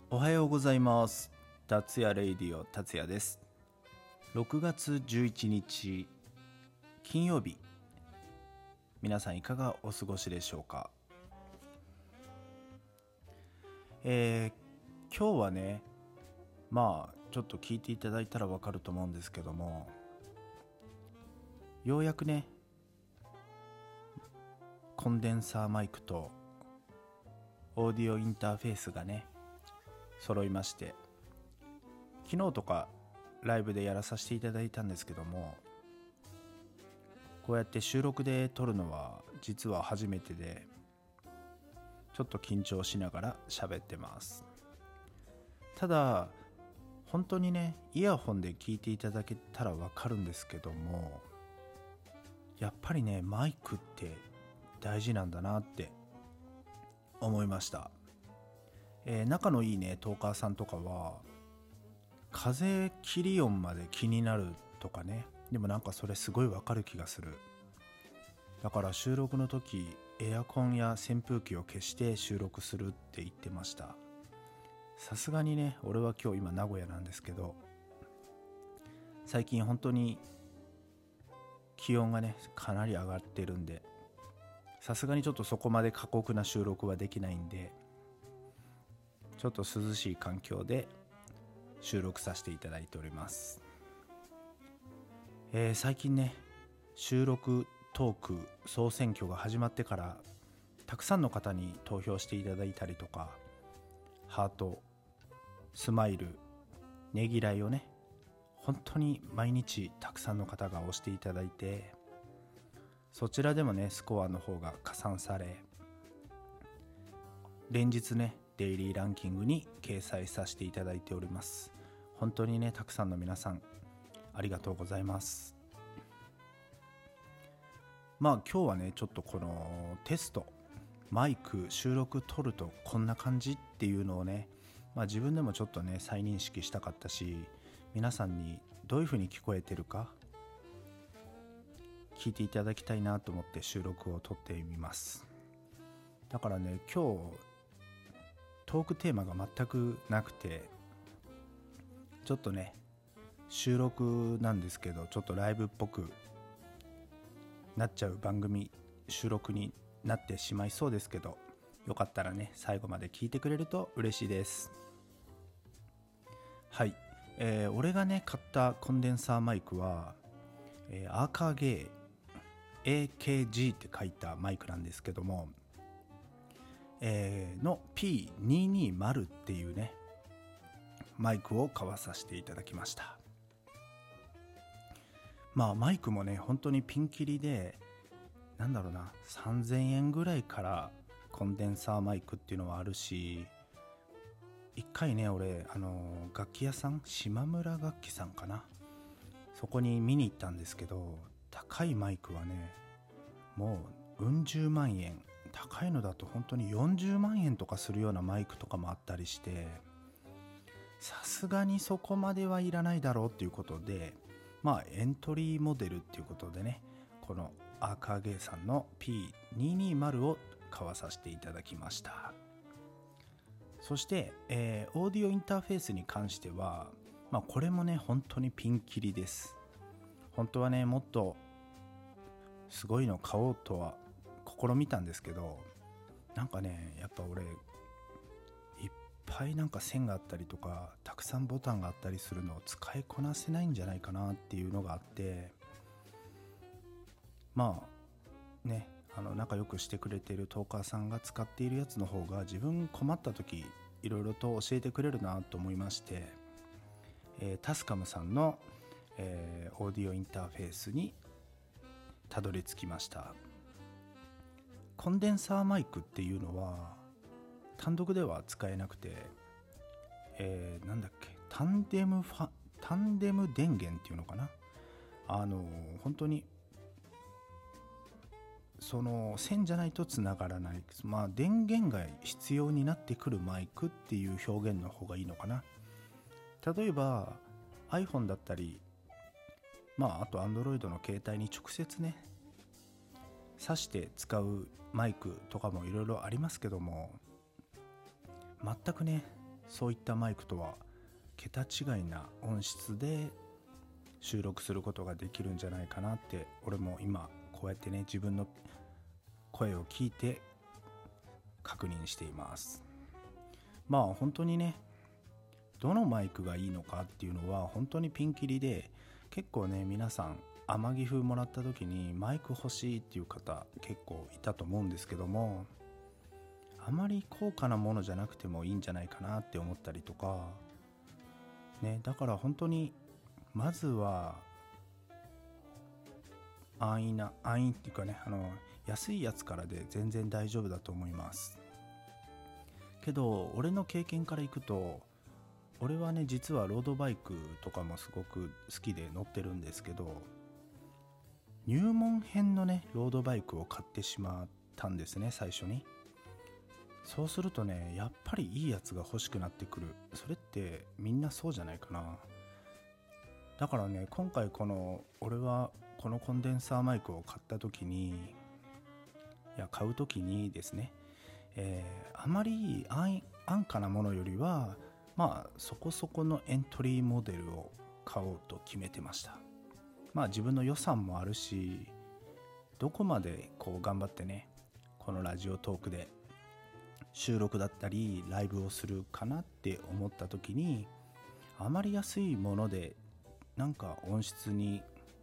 おはようございます。達也レイディオ達也です。6月11日金曜日、皆さんいかがお過ごしでしょうか。今日はね、ちょっと聞いていただいたらわかると思うんですけども、ようやくねコンデンサーマイクとオーディオインターフェースがね揃いまして、昨日とかライブでやらさせていただいたんですけども、こうやって収録で撮るのは実は初めてで、ちょっと緊張しながら喋ってます。ただ本当にね、イヤホンで聞いていただけたらわかるんですけども、やっぱりねマイクって大事なんだなって思いました。仲のいいねトーカーさんとかは風切り音まで気になるとかね、でもなんかそれすごいわかる気がする。だから収録の時エアコンや扇風機を消して収録するって言ってました。さすがにね、俺は今日今名古屋なんですけど、最近本当に気温がねかなり上がってるんで、さすがにちょっとそこまで過酷な収録はできないんで、ちょっと涼しい環境で収録させていただいております。最近ね収録トーク総選挙が始まってからたくさんの方に投票していただいたりとか、ハート、スマイル、ねぎらいをね本当に毎日たくさんの方が押していただいて、そちらでもねスコアの方が加算され、連日ねデイリーランキングに掲載させていただいております。本当にねたくさんの皆さんありがとうございます。今日はねちょっとこのテスト、マイク収録撮るとこんな感じっていうのをね、自分でもちょっとね再認識したかったし、皆さんにどういう風に聞こえてるか聞いていただきたいなと思って収録を撮ってみます。だからね今日トークテーマが全くなくて、ちょっとね収録なんですけどちょっとライブっぽくなっちゃう番組収録になってしまいそうですけど、よかったらね最後まで聞いてくれると嬉しいです。はい、俺がね買ったコンデンサーマイクは、アーカーゲー AKG って書いたマイクなんですけども、の P220 っていうねマイクを買わさせていただきました。マイクもね本当にピンキリで、3000円ぐらいからコンデンサーマイクっていうのはあるし、一回ね俺楽器屋さん、島村楽器さんかな、そこに見に行ったんですけど、高いマイクはねもううん十万円、高いのだと本当に40万円とかするようなマイクとかもあったりして、さすがにそこまではいらないだろうっていうことで、エントリーモデルっていうことでね、このアーカーゲーさんの P220 を買わさせていただきました。そして、オーディオインターフェースに関しては、これもね本当にピンキリです。本当はねもっとすごいの買おうとは試みたんですけど、やっぱ俺いっぱい線があったりとかたくさんボタンがあったりするのを使いこなせないんじゃないかなっていうのがあって、仲良くしてくれているトーカーさんが使っているやつの方が自分困った時いろいろと教えてくれるなと思いまして、タスカムさんの、オーディオインターフェースにたどり着きました。コンデンサーマイクっていうのは単独では使えなくて、タンデム電源っていうのかな、本当にその線じゃないとつながらない、電源が必要になってくるマイクっていう表現の方がいいのかな。例えば iPhone だったり、あと Android の携帯に直接ね挿して使うマイクとかもいろいろありますけども、全くねそういったマイクとは桁違いな音質で収録することができるんじゃないかなって、俺も今こうやってね自分の声を聞いて確認しています。まあ本当にね、どのマイクがいいのかっていうのは本当にピンキリで、結構ね皆さん天城風もらった時にマイク欲しいっていう方結構いたと思うんですけども、あまり高価なものじゃなくてもいいんじゃないかなって思ったりとかね。だから本当にまずは安易っていうかね、安いやつからで全然大丈夫だと思いますけど、俺の経験からいくと、俺はね実はロードバイクとかもすごく好きで乗ってるんですけど、入門編のねロードバイクを買ってしまったんですね、最初に。そうするとね、やっぱりいいやつが欲しくなってくる。それってみんなそうじゃないかな。だからね、今回俺はこのコンデンサーマイクを買う時にですね、あまり安価なものよりはまあそこそこのエントリーモデルを買おうと決めてました。まあ自分の予算もあるし、どこまでこう頑張ってねこのラジオトークで収録だったりライブをするかなって思った時に、あまり安いものでなんか音質に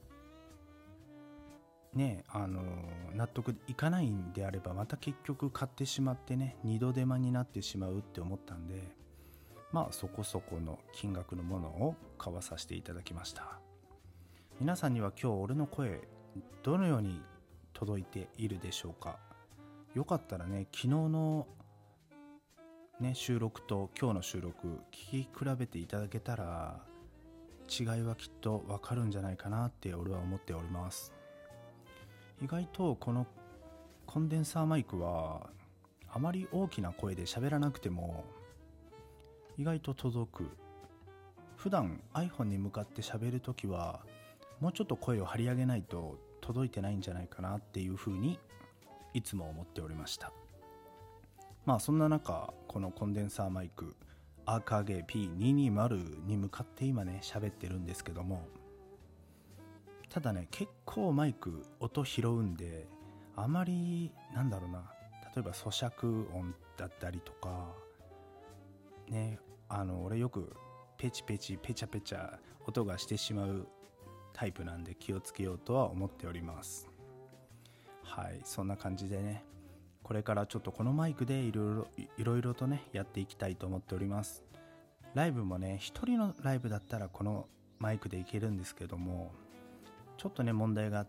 ね納得いかないんであれば、また結局買ってしまってね二度手間になってしまうって思ったんで、まあそこそこの金額のものを買わさせていただきました。皆さんには今日俺の声どのように届いているでしょうか。よかったらね、昨日のね収録と今日の収録聞き比べていただけたら違いはきっとわかるんじゃないかなって俺は思っております。意外とこのコンデンサーマイクはあまり大きな声で喋らなくても意外と届く。普段 iPhone に向かって喋るときはもうちょっと声を張り上げないと届いてないんじゃないかなっていうふうにいつも思っておりました。まあそんな中、このコンデンサーマイクアカゲ P220 に向かって今ね喋ってるんですけども、ただね結構マイク音拾うんで、あまり例えば咀嚼音だったりとかね、俺よくペチペチペチャペチャ音がしてしまうタイプなんで気をつけようとは思っております。はい、そんな感じでね、これからちょっとこのマイクでいろいろとねやっていきたいと思っております。ライブもね、一人のライブだったらこのマイクでいけるんですけども、ちょっとね問題があって、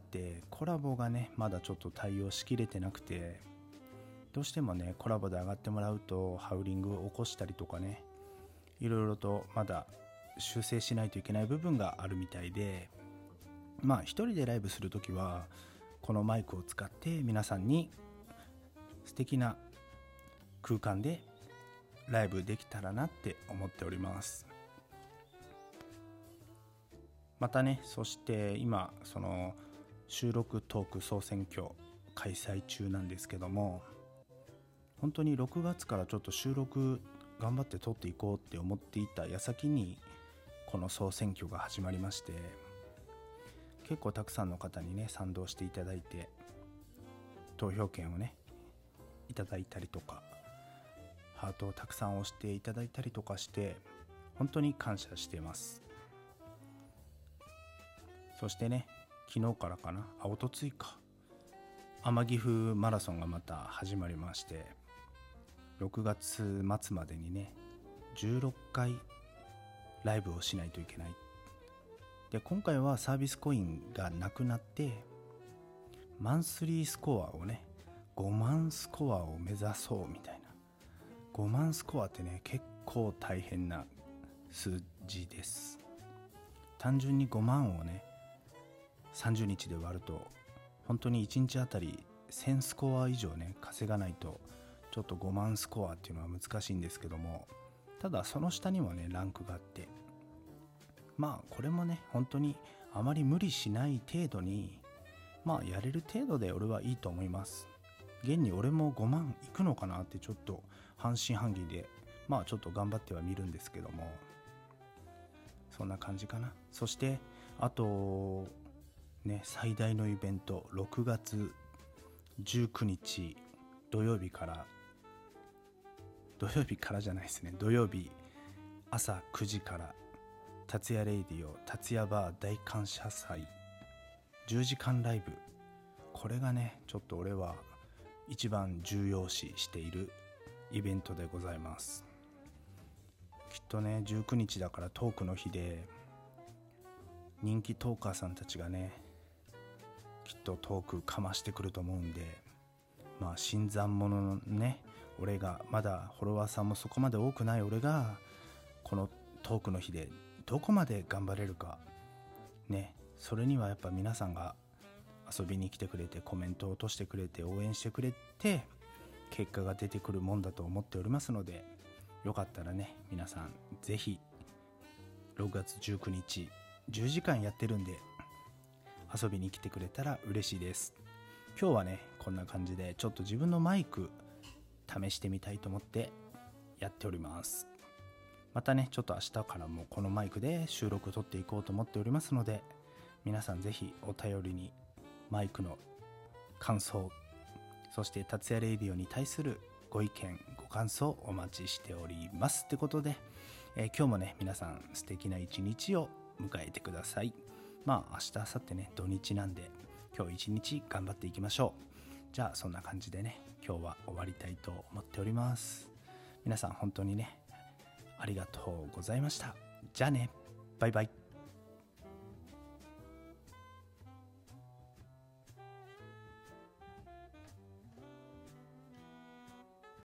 コラボがねまだちょっと対応しきれてなくて、どうしてもねコラボで上がってもらうとハウリングを起こしたりとかね、いろいろとまだ修正しないといけない部分があるみたいで、まあ一人でライブするときはこのマイクを使って皆さんに素敵な空間でライブできたらなって思っております。またね、そして今その収録トーク総選挙開催中なんですけども、本当に6月からちょっと収録頑張って撮っていこうって思っていた矢先にこの総選挙が始まりまして、結構たくさんの方にね賛同していただいて投票権をねいただいたりとか、ハートをたくさん押していただいたりとかして本当に感謝しています。そしてね、昨日からかな、おとついか、天城風マラソンがまた始まりまして、6月末までにね16回ライブをしないといけない。で今回はサービスコインがなくなってマンスリースコアをね5万スコアを目指そうみたいな。5万スコアってね結構大変な数字です。単純に5万をね30日で割ると本当に1日あたり1000スコア以上ね稼がないとちょっと5万スコアっていうのは難しいんですけども、ただその下にもねランクがあって、まあこれもね本当にあまり無理しない程度に、まあやれる程度で俺はいいと思います。現に俺も5万いくのかなってちょっと半信半疑でまあちょっと頑張ってはみるんですけども、そんな感じかな。そしてあとね、最大のイベント、6月19日土曜日からじゃないですね、土曜日朝9時から達也レイディオ達也バー大感謝祭10時間ライブ、これがねちょっと俺は一番重要視しているイベントでございます。きっとね19日だからトークの日で、人気トーカーさんたちがねきっとトークかましてくると思うんで、まあ新参者のね、俺がまだフォロワーさんもそこまで多くない俺がこのトークの日でどこまで頑張れるかね、それにはやっぱ皆さんが遊びに来てくれてコメントを落としてくれて応援してくれて結果が出てくるもんだと思っておりますので、よかったらね皆さんぜひ6月19日10時間やってるんで遊びに来てくれたら嬉しいです。今日はねこんな感じでちょっと自分のマイク試してみたいと思ってやっております。またねちょっと明日からもこのマイクで収録を撮っていこうと思っておりますので、皆さんぜひお便りにマイクの感想、そして達也レイディオに対するご意見ご感想お待ちしておりますってことで、今日もね皆さん素敵な一日を迎えてください。まあ明日明後日ね土日なんで今日一日頑張っていきましょう。じゃあそんな感じでね今日は終わりたいと思っております。皆さん本当にねありがとうございました。じゃあね、バイバイ。